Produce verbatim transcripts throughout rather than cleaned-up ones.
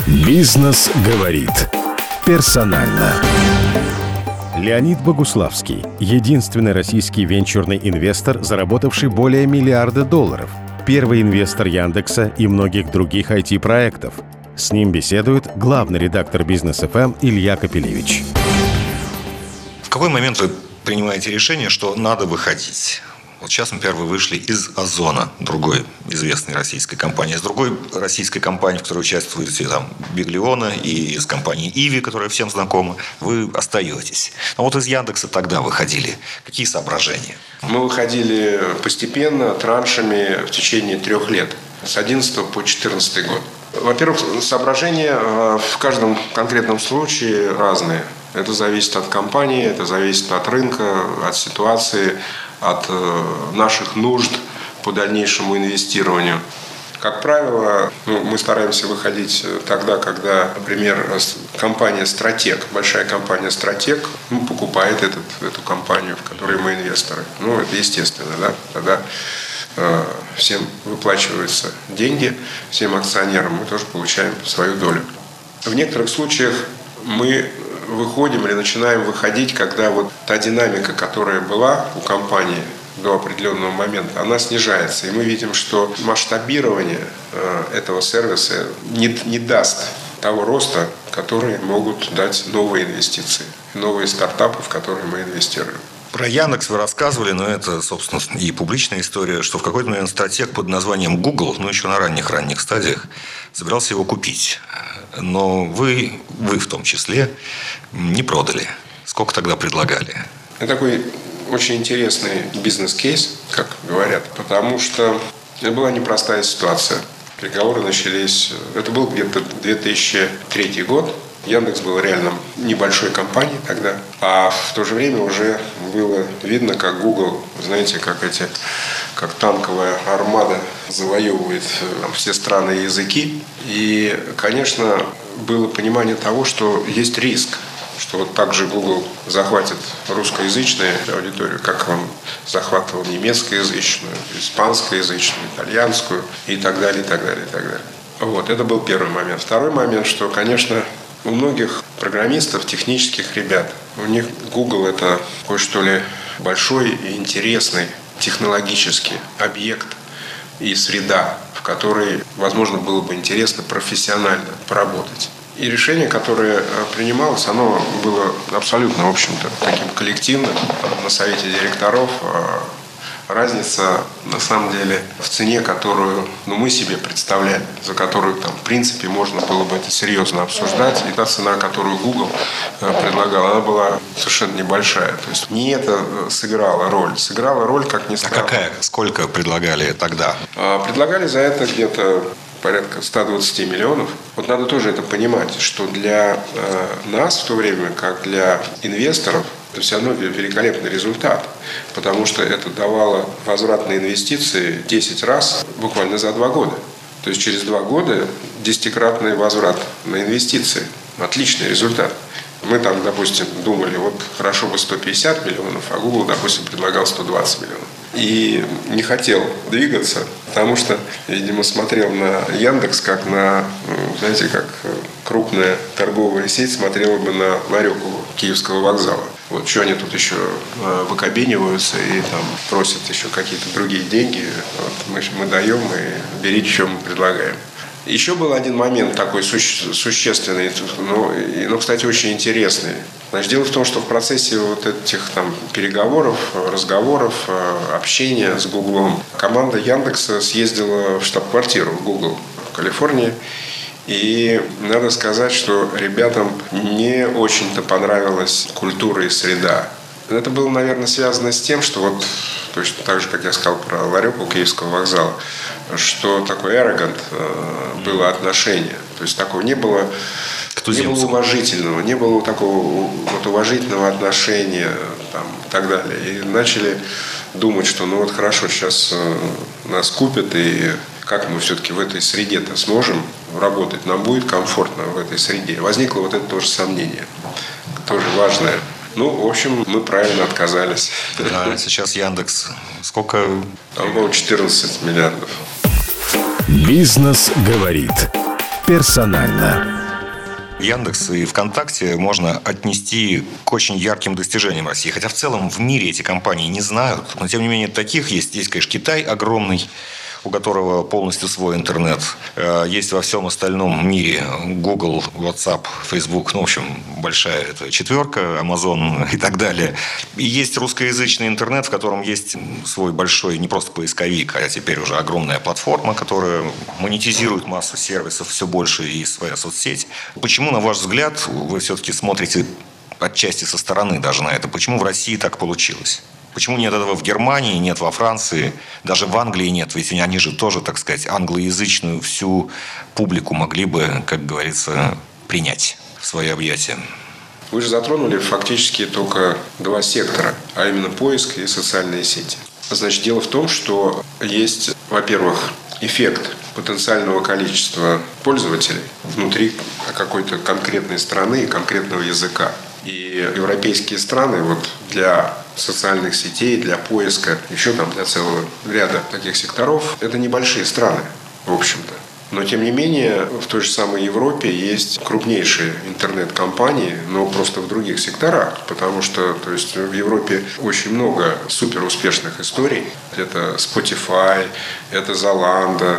Бизнес говорит персонально. Леонид Богуславский – единственный российский венчурный инвестор, заработавший более миллиарда долларов. Первый инвестор Яндекса и многих других ай ти-проектов. С ним беседует главный редактор Бизнес эф эм Илья Капелевич. В какой момент вы принимаете решение, что надо выходить? Вот сейчас, например, вы вышли из Озона, другой известной российской компании. С другой российской компании, в которой участвуете, там, Биглиона, и из компании Иви, которая всем знакома, вы остаетесь. А вот из Яндекса тогда выходили. Какие соображения? Мы выходили постепенно, траншами в течение трех лет. С одиннадцатого по четырнадцатый год. Во-первых, соображения в каждом конкретном случае разные. Это зависит от компании, это зависит от рынка, от ситуации, от наших нужд по дальнейшему инвестированию. Как правило, ну, мы стараемся выходить тогда, когда, например, компания «Стратег», большая компания «Стратег» ну, покупает этот, эту компанию, в которой мы инвесторы. Ну, это естественно, да? Тогда э, всем выплачиваются деньги, всем акционерам, мы тоже получаем свою долю. В некоторых случаях мы выходим или начинаем выходить, когда вот та динамика, которая была у компании до определенного момента, она снижается. И мы видим, что масштабирование этого сервиса не, не даст того роста, который могут дать новые инвестиции, новые стартапы, в которые мы инвестируем. Про Яндекс вы рассказывали, но это, собственно, и публичная история, что в какой-то момент стратег под названием Google, ну, еще на ранних-ранних стадиях, собирался его купить. Но вы, вы в том числе, не продали. Сколько тогда предлагали? Это такой очень интересный бизнес-кейс, как говорят, потому что это была непростая ситуация. Переговоры начались, это был где-то две тысячи третий год. Яндекс был реально небольшой компанией тогда, а в то же время уже было видно, как Google, знаете, как эти, как танковая армада завоевывает там, все страны и языки. И, конечно, было понимание того, что есть риск, что вот так же Google захватит русскоязычную аудиторию, как он захватывал немецкоязычную, испанскоязычную, итальянскую и так далее, и так далее, и так далее. Вот, это был первый момент. Второй момент, что, конечно, у многих программистов, технических ребят, у них Google – это такой, что ли, большой и интересный технологический объект и среда, в которой, возможно, было бы интересно профессионально поработать. И решение, которое принималось, оно было абсолютно, в общем-то, таким коллективным на совете директоров. Разница, на самом деле, в цене, которую ну, мы себе представляли, за которую, там, в принципе, можно было бы это серьезно обсуждать. И та цена, которую Google предлагал, она была совершенно небольшая. То есть не это сыграло роль. Сыграла роль, как ни странно. А какая? Сколько предлагали тогда? Предлагали за это где-то порядка сто двадцать миллионов. Вот надо тоже это понимать, что для э, нас в то время, как для инвесторов, это все равно великолепный результат, потому что это давало возврат на инвестиции десять раз буквально за два года. То есть через два года десятикратный возврат на инвестиции. Отличный результат. Мы там, допустим, думали, вот хорошо бы сто пятьдесят миллионов, а Google, допустим, предлагал сто двадцать миллионов. И не хотел двигаться, потому что, видимо, смотрел на Яндекс, как на, знаете, как крупная торговая сеть смотрела бы на ларек у Киевского вокзала. Вот что они тут еще выкобениваются и там просят еще какие-то другие деньги. Вот мы, мы даем и берите, что мы предлагаем. Еще был один момент такой суще, существенный, но, но, кстати, очень интересный. Значит, дело в том, что в процессе вот этих там переговоров, разговоров, общения с Гуглом команда Яндекса съездила в штаб-квартиру Google в Калифорнии. И надо сказать, что ребятам не очень-то понравилась культура и среда. Это было, наверное, связано с тем, что вот точно так же, как я сказал про ларек у Киевского вокзала, что такое arrogant было отношение. То есть такого не было, не было уважительного, не было такого вот уважительного отношения там, и так далее. И начали думать, что ну вот хорошо, сейчас нас купят, и как мы все-таки в этой среде-то сможем работать, нам будет комфортно в этой среде. Возникло вот это тоже сомнение, тоже важное. Ну, в общем, мы правильно отказались. А сейчас Яндекс сколько? Там было четырнадцать миллиардов. Бизнес говорит персонально. Яндекс и ВКонтакте можно отнести к очень ярким достижениям России. Хотя в целом в мире эти компании не знают. Но тем не менее таких есть. Есть, конечно, Китай огромный, у которого полностью свой интернет. Есть во всем остальном мире Google, WhatsApp, Facebook, ну, в общем, большая это четверка, Amazon и так далее. И есть русскоязычный интернет, в котором есть свой большой, не просто поисковик, а теперь уже огромная платформа, которая монетизирует массу сервисов все больше и своя соцсеть. Почему, на ваш взгляд, вы все-таки смотрите отчасти со стороны даже на это? Почему в России так получилось? Почему нет этого в Германии, нет во Франции, даже в Англии нет? Ведь они же тоже, так сказать, англоязычную всю публику могли бы, как говорится, принять в свои объятия. Вы же затронули фактически только два сектора, а именно поиск и социальные сети. Значит, дело в том, что есть, во-первых, эффект потенциального количества пользователей внутри какой-то конкретной страны и конкретного языка. И европейские страны вот для социальных сетей, для поиска, еще там для целого ряда таких секторов, это небольшие страны, в общем-то. Но, тем не менее, в той же самой Европе есть крупнейшие интернет-компании, но просто в других секторах. Потому что, то есть, в Европе очень много суперуспешных историй. Это Spotify, это Zalando,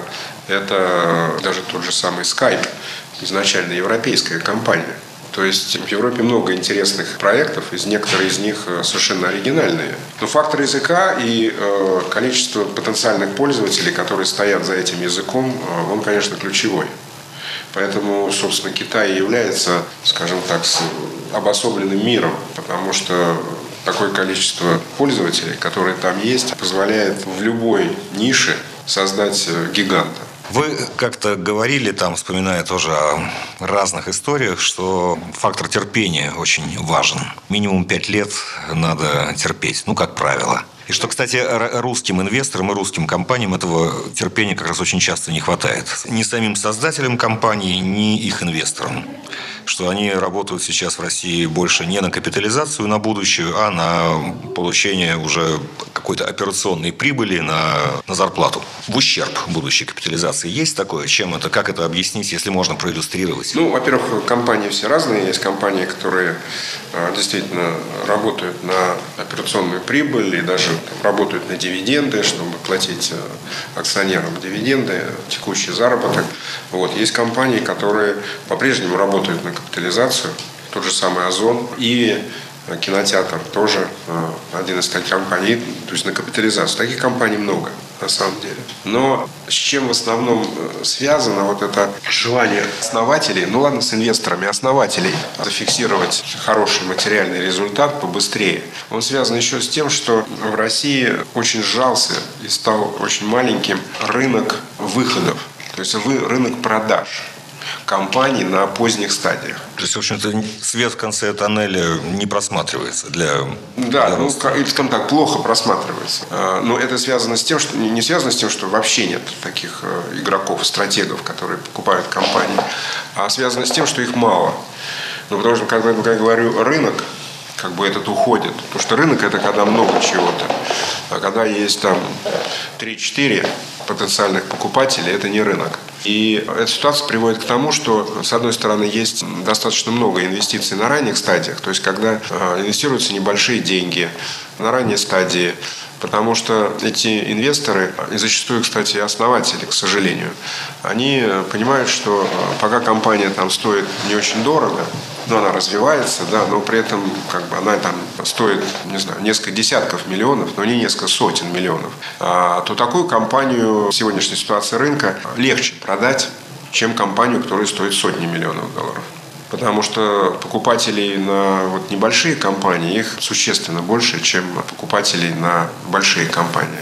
это даже тот же самый Skype, изначально европейская компания. То есть в Европе много интересных проектов, из некоторые из них совершенно оригинальные. Но фактор языка и э, количество потенциальных пользователей, которые стоят за этим языком, э, он, конечно, ключевой. Поэтому, собственно, Китай является, скажем так, обособленным миром, потому что такое количество пользователей, которые там есть, позволяет в любой нише создать гиганта. Вы как-то говорили, там, вспоминая тоже о разных историях, что фактор терпения очень важен. Минимум пять лет надо терпеть, ну, как правило. И что, кстати, русским инвесторам и русским компаниям этого терпения как раз очень часто не хватает. Ни самим создателям компаний, ни их инвесторам. Что они работают сейчас в России больше не на капитализацию на будущее, а на получение уже какой-то операционной прибыли на, на зарплату. В ущерб будущей капитализации. Есть такое? Чем это? Как это объяснить, если можно проиллюстрировать? Ну, во-первых, компании все разные. Есть компании, которые действительно работают на операционную прибыль и даже там, работают на дивиденды, чтобы платить акционерам дивиденды, текущий заработок. Вот. Есть компании, которые по-прежнему работают на капитализацию, тот же самый Озон и кинотеатр тоже один из таких компаний, то есть на капитализацию. Таких компаний много, на самом деле. Но с чем в основном связано вот это желание основателей, ну ладно, с инвесторами, основателей, зафиксировать хороший материальный результат побыстрее. Он связан еще с тем, что в России очень сжался и стал очень маленьким рынок выходов, то есть рынок продаж компаний на поздних стадиях. То есть, в общем-то, свет в конце тоннеля не просматривается для... Да, для ну, или, скажем так, плохо просматривается. Но это связано с тем, что не связано с тем, что вообще нет таких игроков, стратегов, которые покупают компании, а связано с тем, что их мало. Ну, потому что, когда я говорю рынок, как бы этот уходит. Потому что рынок – это когда много чего-то. А когда есть там три-четыре потенциальных покупателей, это не рынок. И эта ситуация приводит к тому, что, с одной стороны, есть достаточно много инвестиций на ранних стадиях, то есть когда инвестируются небольшие деньги на ранней стадии, потому что эти инвесторы, и зачастую, кстати, основатели, к сожалению, они понимают, что пока компания там стоит не очень дорого, но она развивается, да, но при этом как бы она там стоит, не знаю, несколько десятков миллионов, но не несколько сотен миллионов, а, то такую компанию в сегодняшней ситуации рынка легче продать, чем компанию, которая стоит сотни миллионов долларов. Потому что покупателей на вот небольшие компании, их существенно больше, чем покупателей на большие компании.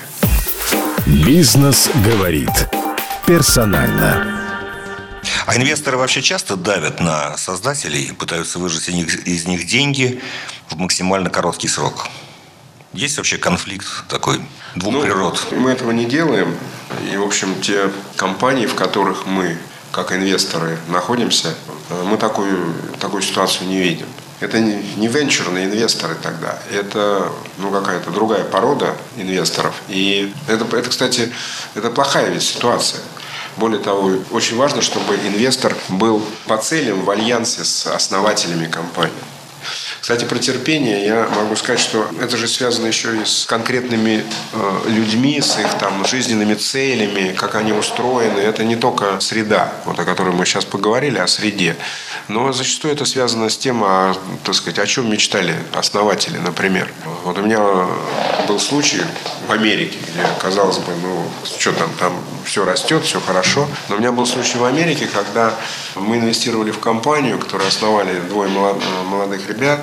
Бизнес говорит персонально. А инвесторы вообще часто давят на создателей, пытаются выжать из них, из них деньги в максимально короткий срок. Есть вообще конфликт такой двух ну, природ? Мы этого не делаем. И, в общем, те компании, в которых мы, как инвесторы, находимся, мы такую, такую ситуацию не видим. Это не, не венчурные инвесторы тогда. Это ну, какая-то другая порода инвесторов. И это, это, кстати, это плохая ведь ситуация. Более того, очень важно, чтобы инвестор был по целям в альянсе с основателями компании. Кстати, про терпение я могу сказать, что это же связано еще и с конкретными э, людьми, с их там жизненными целями, как они устроены. Это не только среда, вот о которой мы сейчас поговорили, о среде. Но зачастую это связано с тем, о, так сказать, о чем мечтали основатели, например. Вот у меня был случай в Америке, где, казалось бы, ну, что там, там все растет, все хорошо. Но у меня был случай в Америке, когда мы инвестировали в компанию, которую основали двое молодых ребят.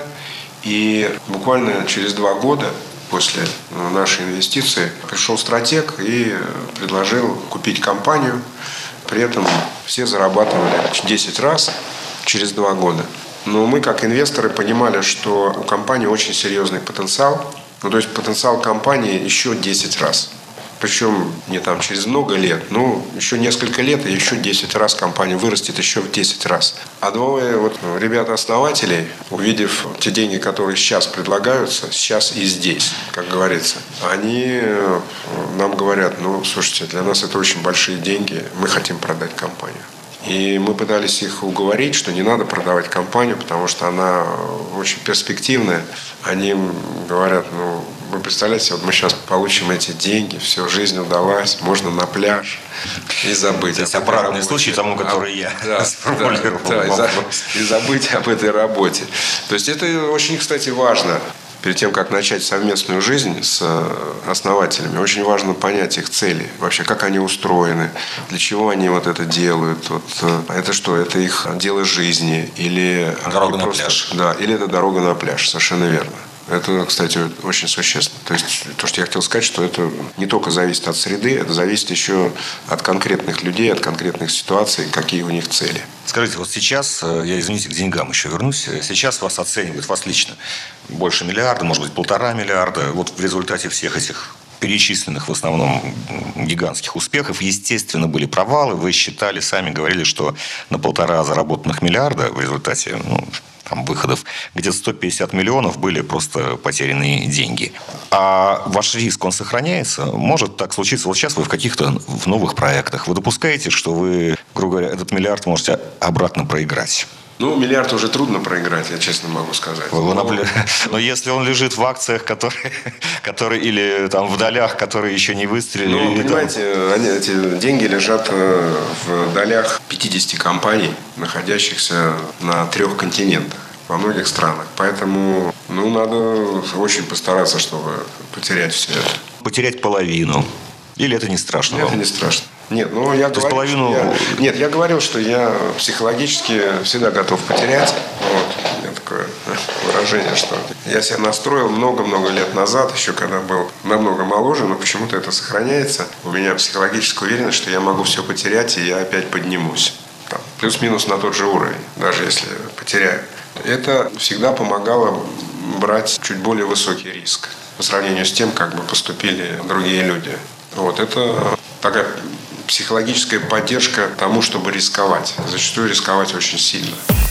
И буквально через два года после нашей инвестиции пришел стратег и предложил купить компанию. При этом все зарабатывали десять раз через два года. Но мы, как инвесторы, понимали, что у компании очень серьезный потенциал. Ну, то есть потенциал компании еще десять раз. Причем не там через много лет, ну, еще несколько лет, и еще десять раз компания вырастет еще в десять раз. А двое вот ребята-основателей, увидев те деньги, которые сейчас предлагаются, сейчас и здесь, как говорится, они нам говорят: ну, слушайте, для нас это очень большие деньги, мы хотим продать компанию. И мы пытались их уговорить, что не надо продавать компанию, потому что она очень перспективная. Они говорят: ну, вы представляете, вот мы сейчас получим эти деньги, все, жизнь удалась, можно на пляж и забыть. То есть обратный случай тому, который я да, сформулировал. Да, да, и, за, и забыть об этой работе. То есть это очень, кстати, важно. Перед тем, как начать совместную жизнь с основателями, очень важно понять их цели. Вообще, как они устроены, для чего они вот это делают. Вот, это что, это их дело жизни? Или дорога на просто, пляж. Да, или это дорога на пляж, совершенно верно. Это, кстати, очень существенно. То есть, то, что я хотел сказать, что это не только зависит от среды, это зависит еще от конкретных людей, от конкретных ситуаций, какие у них цели. Скажите, вот сейчас, я, извините, к деньгам еще вернусь, сейчас вас оценивают, вас лично, больше миллиарда, может быть, полтора миллиарда. Вот в результате всех этих перечисленных в основном гигантских успехов, естественно, были провалы. Вы считали, сами говорили, что на полтора заработанных миллиарда в результате, ну, там, выходов, где-то сто пятьдесят миллионов были просто потерянные деньги. А ваш риск, он сохраняется? Может так случиться? Вот сейчас вы в каких-то в новых проектах. Вы допускаете, что вы, грубо говоря, этот миллиард можете обратно проиграть? Ну, миллиард уже трудно проиграть, я честно могу сказать. Но, но... но если он лежит в акциях, которые, которые или там в долях, которые еще не выстрелили. Ну, или, понимаете, там... они, эти деньги лежат в долях пятидесяти компаний, находящихся на трех континентах, во многих странах. Поэтому, ну, надо очень постараться, чтобы потерять все это. Потерять половину. Или это не страшно? Нет, вам? Это не страшно. Нет, ну я То говорил, половину... я... Нет, я говорил, что я психологически всегда готов потерять. Вот. У меня такое выражение, что я себя настроил много-много лет назад, еще когда был намного моложе, но почему-то это сохраняется. У меня психологическая уверенность, что я могу все потерять, и я опять поднимусь. Там, плюс-минус на тот же уровень, даже если потеряю. Это всегда помогало брать чуть более высокий риск по сравнению с тем, как бы поступили другие люди. Вот, это такая психологическая поддержка тому, чтобы рисковать. Зачастую рисковать очень сильно.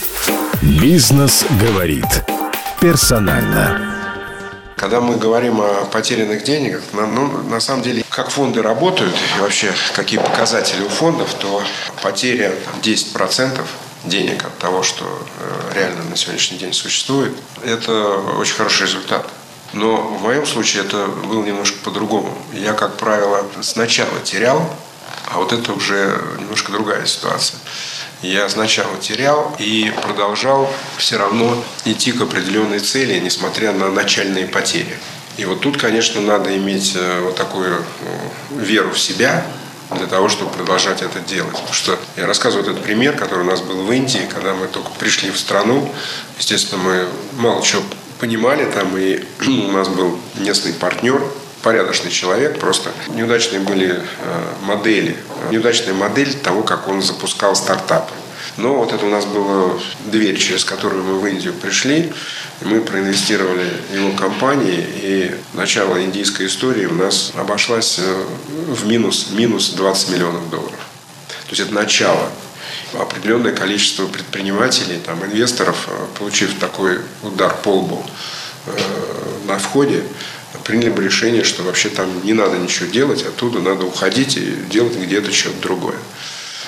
Бизнес говорит персонально. Когда мы говорим о потерянных деньгах, ну, на самом деле, как фонды работают и вообще какие показатели у фондов, то потеря десять процентов денег от того, что реально на сегодняшний день существует, это очень хороший результат. Но в моем случае это было немножко по-другому. Я, как правило, сначала терял, а вот это уже немножко другая ситуация. Я сначала терял и продолжал все равно идти к определенной цели, несмотря на начальные потери. И вот тут, конечно, надо иметь вот такую веру в себя для того, чтобы продолжать это делать. Потому что я рассказываю этот пример, который у нас был в Индии, когда мы только пришли в страну. Естественно, мы мало чего понимали там, и у нас был местный партнер, порядочный человек, просто неудачные были модели, неудачная модель того, как он запускал стартапы. Но вот это у нас была дверь, через которую мы в Индию пришли, и мы проинвестировали в его компании, и начало индийской истории у нас обошлась в минус, минус двадцать миллионов долларов. То есть это начало. Определенное количество предпринимателей, там, инвесторов, получив такой удар по лбу э, на входе, приняли бы решение, что вообще там не надо ничего делать, оттуда надо уходить и делать где-то что-то другое.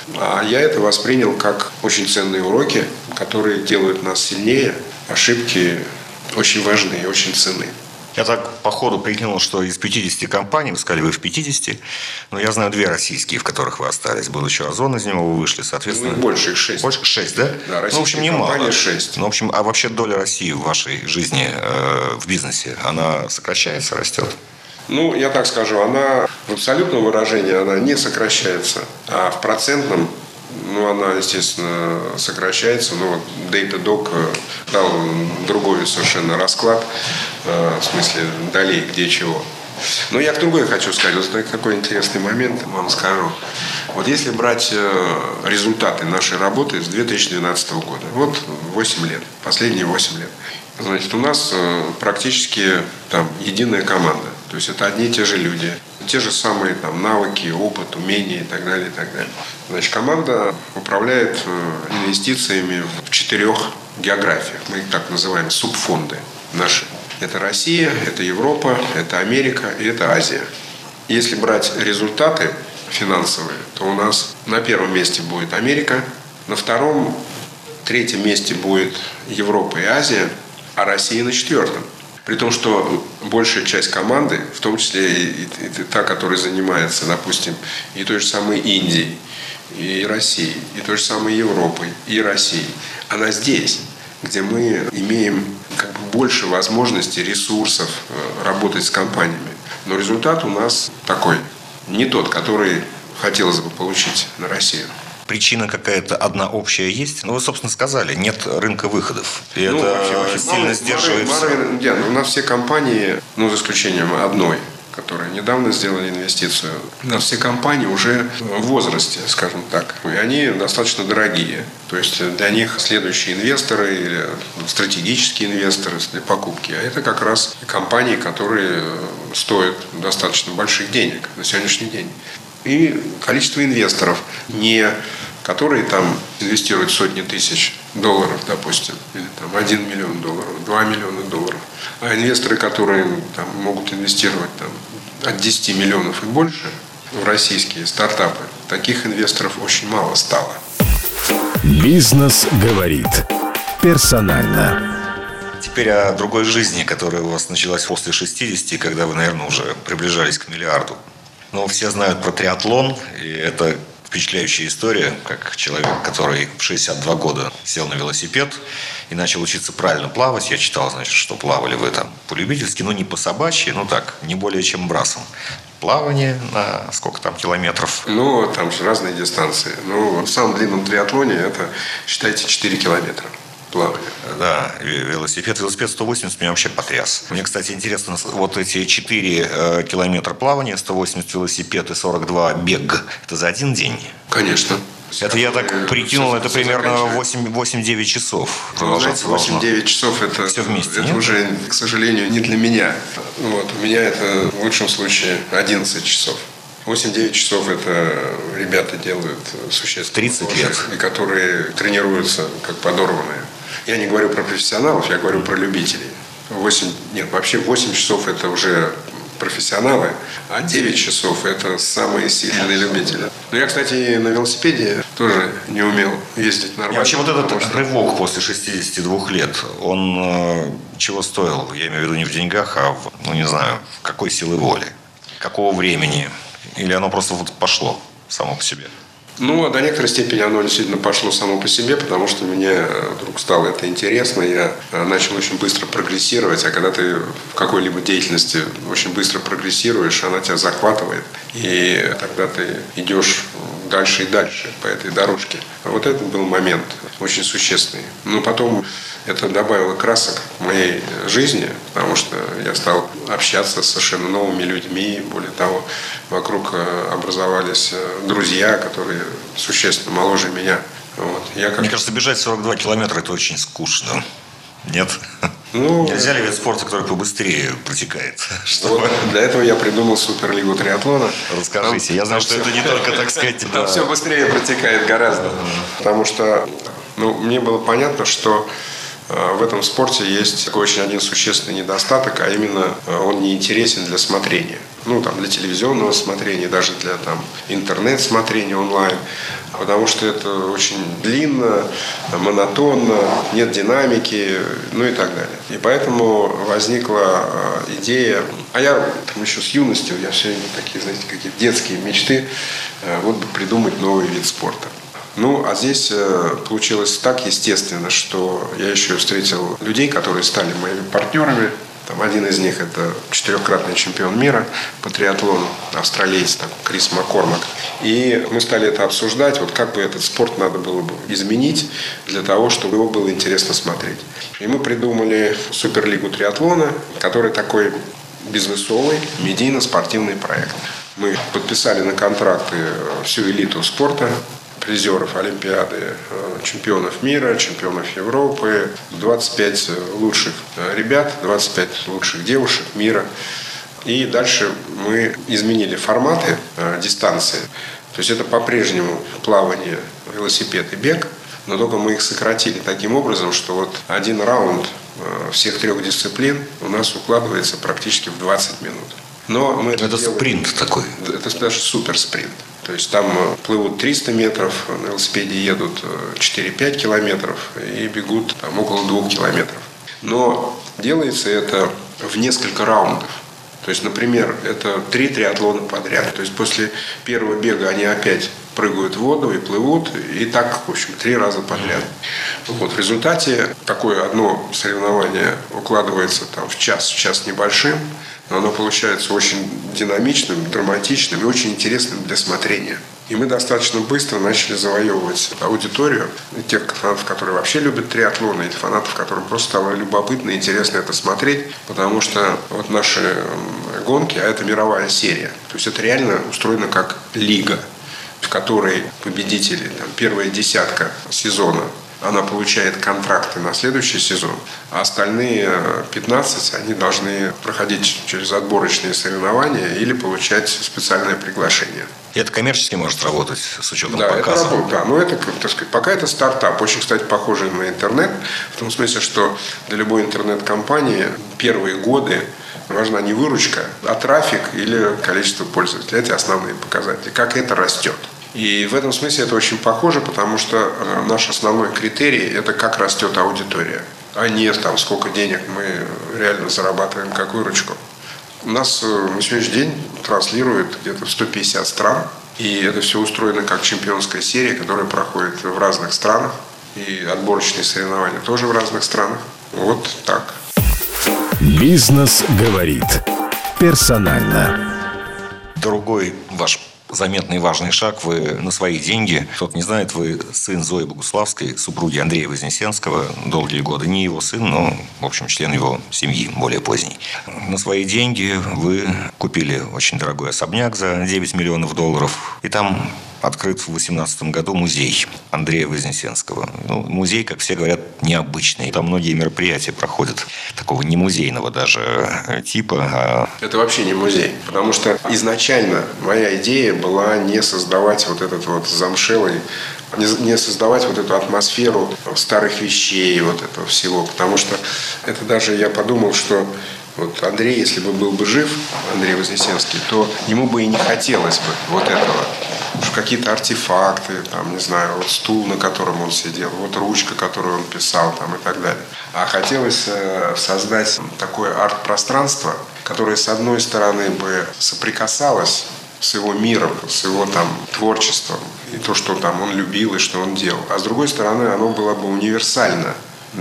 А я это воспринял как очень ценные уроки, которые делают нас сильнее. Ошибки очень важны и очень ценны. Я так по ходу прикинул, что из пятидесяти компаний, вы сказали, вы в пятидесяти, но я знаю две российские, в которых вы остались. Был еще Озон, из него вы вышли, соответственно. Ну, больше, их шесть. Больше шесть, да? Да, ну, в общем, немало. шесть. Ну, в общем, а вообще доля России в вашей жизни, э, в бизнесе, она сокращается, растет? Ну, я так скажу, она в абсолютном выражении она не сокращается, а в процентном, ну, она, естественно, сокращается. Но вот Datadog дал другой совершенно расклад, в смысле долей, где чего. Но я к другой хочу сказать. Вот такой интересный момент вам скажу. Вот если брать результаты нашей работы с две тысячи двенадцатого года, вот восемь лет, последние восемь лет, значит, у нас практически там единая команда. То есть это одни и те же люди, те же самые там навыки, опыт, умения и так далее, и так далее. Значит, команда управляет инвестициями в четырех географиях. Мы их так называем субфонды наши. Это Россия, это Европа, это Америка и это Азия. Если брать результаты финансовые, то у нас на первом месте будет Америка, на втором, третьем месте будет Европа и Азия, а Россия на четвертом. При том, что большая часть команды, в том числе и, и, и та, которая занимается, допустим, и той же самой Индией, и Россией, и той же самой Европой, и Россией, она здесь, где мы имеем как бы больше возможностей, ресурсов работать с компаниями. Но результат у нас такой, не тот, который хотелось бы получить на Россию. Причина какая-то одна общая есть? Ну, вы, собственно, сказали, нет рынка выходов. И ну, это вообще, вообще, сильно мало, сдерживает мало, мало, да, у нас все компании, ну, за исключением одной, которые недавно сделали инвестицию, у нас все компании уже в возрасте, скажем так. И они достаточно дорогие. То есть для них следующие инвесторы или стратегические инвесторы для покупки. А это как раз компании, которые стоят достаточно больших денег на сегодняшний день. И количество инвесторов, не которые там инвестируют сотни тысяч долларов, допустим, или там один миллион долларов, два миллиона долларов, а инвесторы, которые там могут инвестировать там от десяти миллионов и больше в российские стартапы, таких инвесторов очень мало стало. Бизнес говорит персонально. Теперь о другой жизни, которая у вас началась после шестидесяти, когда вы, наверное, уже приближались к миллиарду. Но все знают про триатлон, и это впечатляющая история, как человек, который в шестьдесят два года сел на велосипед и начал учиться правильно плавать. Я читал, значит, что плавали вы там по-любительски, но не по-собачьи, ну так, не более чем брасом. Плавание на сколько там километров? Ну, там же разные дистанции. Ну, в самом длинном триатлоне это, считайте, четыре километра. Плавание. Да, велосипед. Велосипед сто восемьдесят меня вообще потряс. Мне, кстати, интересно, вот эти четыре э, километра плавания, сто восемьдесят велосипед и сорок два бег, это за один день? Конечно. Это я так прикинул, это примерно восемь-девять часов. восемь-девять часов это, все вместе, это уже, к сожалению, не для меня. Вот, у меня это в лучшем случае одиннадцать часов. восемь-девять часов это ребята делают существенно. тридцать лет. И которые тренируются как подорванные. Я не говорю про профессионалов, я говорю про любителей. восемь, нет, вообще восемь часов это уже профессионалы, а девять часов это самые сильные любители. Но я, кстати, на велосипеде тоже не умел ездить нормально. И вообще вот этот что... рывок после шестидесяти двух лет, он э, чего стоил? Я имею в виду не в деньгах, а в, ну не знаю, какой силы воли, какого времени? Или оно просто вот пошло само по себе? Ну, до некоторой степени оно действительно пошло само по себе, потому что мне вдруг стало это интересно. Я начал очень быстро прогрессировать, а когда ты в какой-либо деятельности очень быстро прогрессируешь, она тебя захватывает. И тогда ты идешь дальше и дальше по этой дорожке. Вот это был момент очень существенный. Но потом это добавило красок в моей жизни, потому что я стал общаться с совершенно новыми людьми. Более того, вокруг образовались друзья, которые существенно моложе меня. Вот. Я как... Мне кажется, бежать сорок два километра – это очень скучно. Нет? Ну, нельзя ли вид спорта, который побыстрее протекает? Чтобы... Вот для этого я придумал Суперлигу триатлона. Расскажите. Там, я знаю, что все... это не только, так сказать... Там все быстрее протекает гораздо. Потому что ну, мне было понятно, что в этом спорте есть такой очень один существенный недостаток, а именно он не интересен для смотрения. ну, там, для телевизионного смотрения, даже для там, интернет-смотрения онлайн, потому что это очень длинно, монотонно, нет динамики, ну и так далее. И поэтому возникла идея, а я там, еще с юностью, я все время такие, знаете, какие-то детские мечты, вот бы придумать новый вид спорта. Ну, а здесь получилось так естественно, что я еще встретил людей, которые стали моими партнерами. Там один из них – это четырехкратный чемпион мира по триатлону, австралиец там, Крис Маккормак. И мы стали это обсуждать, вот как бы этот спорт надо было бы изменить для того, чтобы его было интересно смотреть. И мы придумали Суперлигу триатлона, который такой бизнесовый, медийно-спортивный проект. Мы подписали на контракты всю элиту спорта, призеров Олимпиады, чемпионов мира, чемпионов Европы, двадцать пять лучших ребят, двадцать пять лучших девушек мира. И дальше мы изменили форматы, дистанции. То есть это по-прежнему плавание, велосипед и бег, но только мы их сократили таким образом, что вот один раунд всех трех дисциплин у нас укладывается практически в двадцать минут. Но мы это это делаем, спринт такой. Это даже суперспринт. То есть там плывут триста метров, на велосипеде едут четыре-пять километров и бегут там около двух километров. Но делается это в несколько раундов. То есть, например, это три триатлона подряд. То есть после первого бега они опять прыгают в воду и плывут, и так, в общем, три раза подряд. Вот, в результате такое одно соревнование укладывается там, в час, в час небольшим, но оно получается очень динамичным, драматичным и очень интересным для смотрения. И мы достаточно быстро начали завоевывать аудиторию тех фанатов, которые вообще любят триатлон, и фанатов, которым просто стало любопытно и интересно это смотреть, потому что вот наши гонки, а это мировая серия, то есть это реально устроено как лига, в которой победители, там, первая десятка сезона, она получает контракты на следующий сезон, а остальные пятнадцать, они должны проходить через отборочные соревнования или получать специальное приглашение. И это коммерчески может работать с учетом да, показа? Это работа, да, но это, так сказать, пока это стартап, очень, кстати, похожий на интернет, в том смысле, что для любой интернет-компании первые годы важна не выручка, а трафик или количество пользователей. Это основные показатели, как это растет. И в этом смысле это очень похоже, потому что наш основной критерий – это как растет аудитория, а не там, сколько денег мы реально зарабатываем как выручку. У нас на сегодняшний день транслируют где-то в сто пятьдесят стран, и это все устроено как чемпионская серия, которая проходит в разных странах, и отборочные соревнования тоже в разных странах. Вот так. Бизнес говорит персонально. Другой ваш заметный и важный шаг. Вы на свои деньги, кто-то не знает, вы сын Зои Богуславской, супруги Андрея Вознесенского, долгие годы. Не его сын, но, в общем, член его семьи, более поздний. На свои деньги вы купили очень дорогой особняк за девять миллионов долларов. И там открыт в две тысячи восемнадцатом году музей Андрея Вознесенского. Ну, музей, как все говорят, необычный. Там многие мероприятия проходят такого не музейного даже типа. А... Это вообще не музей. Потому что изначально моя идея была не создавать вот этот вот замшелый, не создавать вот эту атмосферу старых вещей, вот этого всего. Потому что это даже я подумал, что вот Андрей, если бы был бы жив, Андрей Вознесенский, то ему бы и не хотелось бы вот этого. Какие-то артефакты, там, не знаю, вот стул, на котором он сидел, вот ручка, которую он писал, там, и так далее. А хотелось э, создать такое арт-пространство, которое, с одной стороны, бы соприкасалось с его миром, с его там творчеством, и то, что там он любил и что он делал. А с другой стороны, оно было бы универсально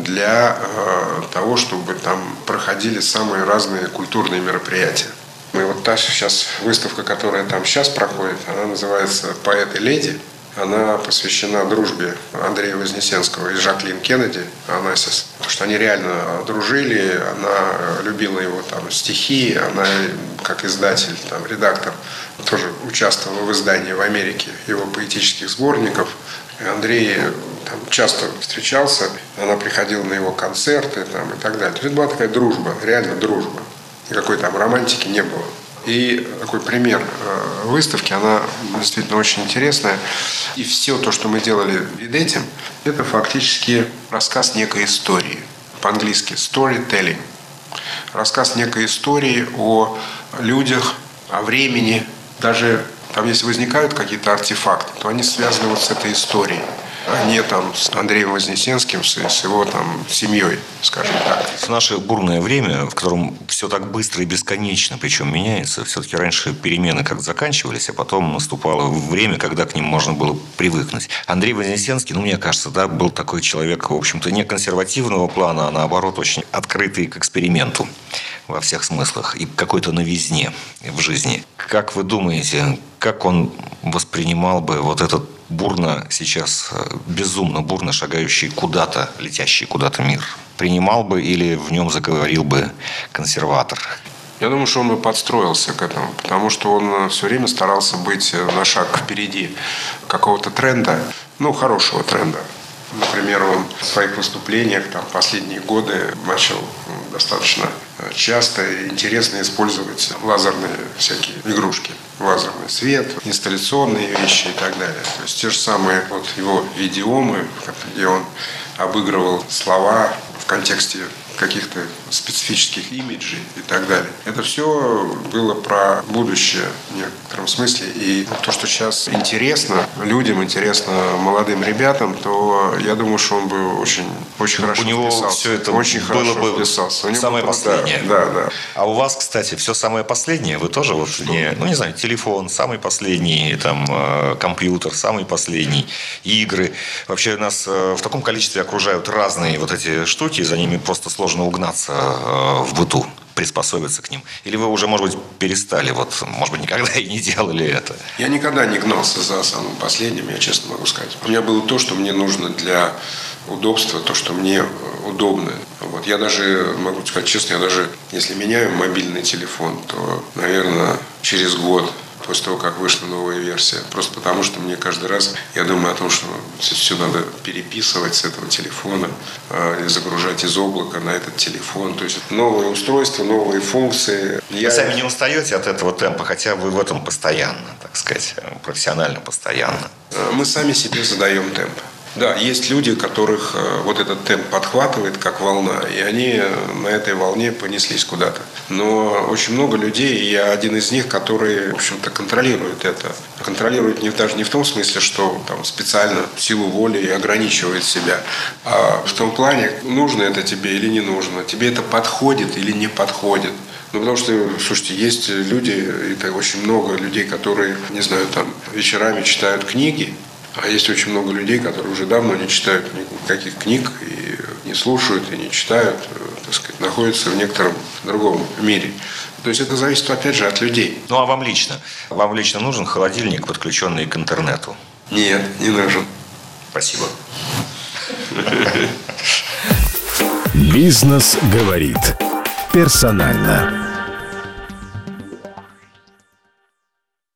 для э, того, чтобы там проходили самые разные культурные мероприятия. И вот та сейчас выставка, которая там сейчас проходит, она называется «Поэт и леди». Она посвящена дружбе Андрея Вознесенского и Жаклин Кеннеди Онасис. Потому что они реально дружили, она любила его там стихи, она как издатель, там, редактор, тоже участвовала в издании в Америке его поэтических сборников. И Андрей там часто встречался, она приходила на его концерты там, и так далее. То есть это была такая дружба, реально дружба. Никакой там романтики не было. И такой пример выставки, она действительно очень интересная. И все то, что мы делали перед этим, это фактически рассказ некой истории. По-английски storytelling. Рассказ некой истории о людях, о времени. Даже там, если возникают какие-то артефакты, то они связаны вот с этой историей, а не там с Андреем Вознесенским, с, с его там семьей, скажем так. В наше бурное время, в котором все так быстро и бесконечно, причем меняется, все-таки раньше перемены как заканчивались, а потом наступало время, когда к ним можно было привыкнуть. Андрей Вознесенский, ну, мне кажется, да, был такой человек, в общем-то, не консервативного плана, а наоборот, очень открытый к эксперименту во всех смыслах и какой-то новизне в жизни. Как вы думаете, как он воспринимал бы вот этот бурно сейчас, безумно бурно шагающий куда-то, летящий куда-то мир? Принимал бы или в нем заговорил бы консерватор? Я думаю, что он бы подстроился к этому, потому что он все время старался быть на шаг впереди какого-то тренда, ну, хорошего тренда. Например, он в своих выступлениях там, последние годы начал достаточно часто и интересно использовать лазерные всякие игрушки. Лазерный свет, инсталляционные вещи и так далее. То есть те же самые вот его идиомы, где он обыгрывал слова в контексте каких-то специфических имиджей и так далее. Это все было про будущее в некотором смысле. И то, что сейчас интересно людям, интересно молодым ребятам, то я думаю, что он бы очень, очень хорошо у него вписался. Все это очень было хорошо бы вписался. самое было, последнее. Да, да, да. А у вас, кстати, все самое последнее. Вы тоже вот не, ну не знаю, телефон самый последний, там компьютер самый последний, игры. Вообще нас в таком количестве окружают разные вот эти штуки, за ними просто сложно угнаться в быту, приспособиться к ним? Или вы уже, может быть, перестали, вот, может быть, никогда и не делали это? Я никогда не гнался за самым последним, я честно могу сказать. У меня было то, что мне нужно для удобства, то, что мне удобно. Вот. Я даже, могу сказать честно, я даже, если меняю мобильный телефон, то, наверное, через год после того, как вышла новая версия. Просто потому, что мне каждый раз, я думаю о том, что все надо переписывать с этого телефона, или загружать из облака на этот телефон. То есть новые устройства, новые функции. Вы Я... сами не устаете от этого темпа, хотя вы в этом постоянно, так сказать, профессионально постоянно. Мы сами себе задаем темп. Да, есть люди, которых вот этот темп подхватывает, как волна, и они на этой волне понеслись куда-то. Но очень много людей, и я один из них, который, в общем-то, контролирует это. Контролирует не, даже не в том смысле, что там, специально в силу воли ограничивает себя, а в том плане, нужно это тебе или не нужно, тебе это подходит или не подходит. Ну, потому что, слушайте, есть люди, это очень много людей, которые, не знаю, там, вечерами читают книги, а есть очень много людей, которые уже давно не читают никаких книг и не слушают, и не читают, так сказать, находятся в некотором другом мире. То есть это зависит, опять же, от людей. Ну, а вам лично? Вам лично нужен холодильник, подключенный к интернету? Нет, не нужен. Спасибо. Бизнес говорит персонально.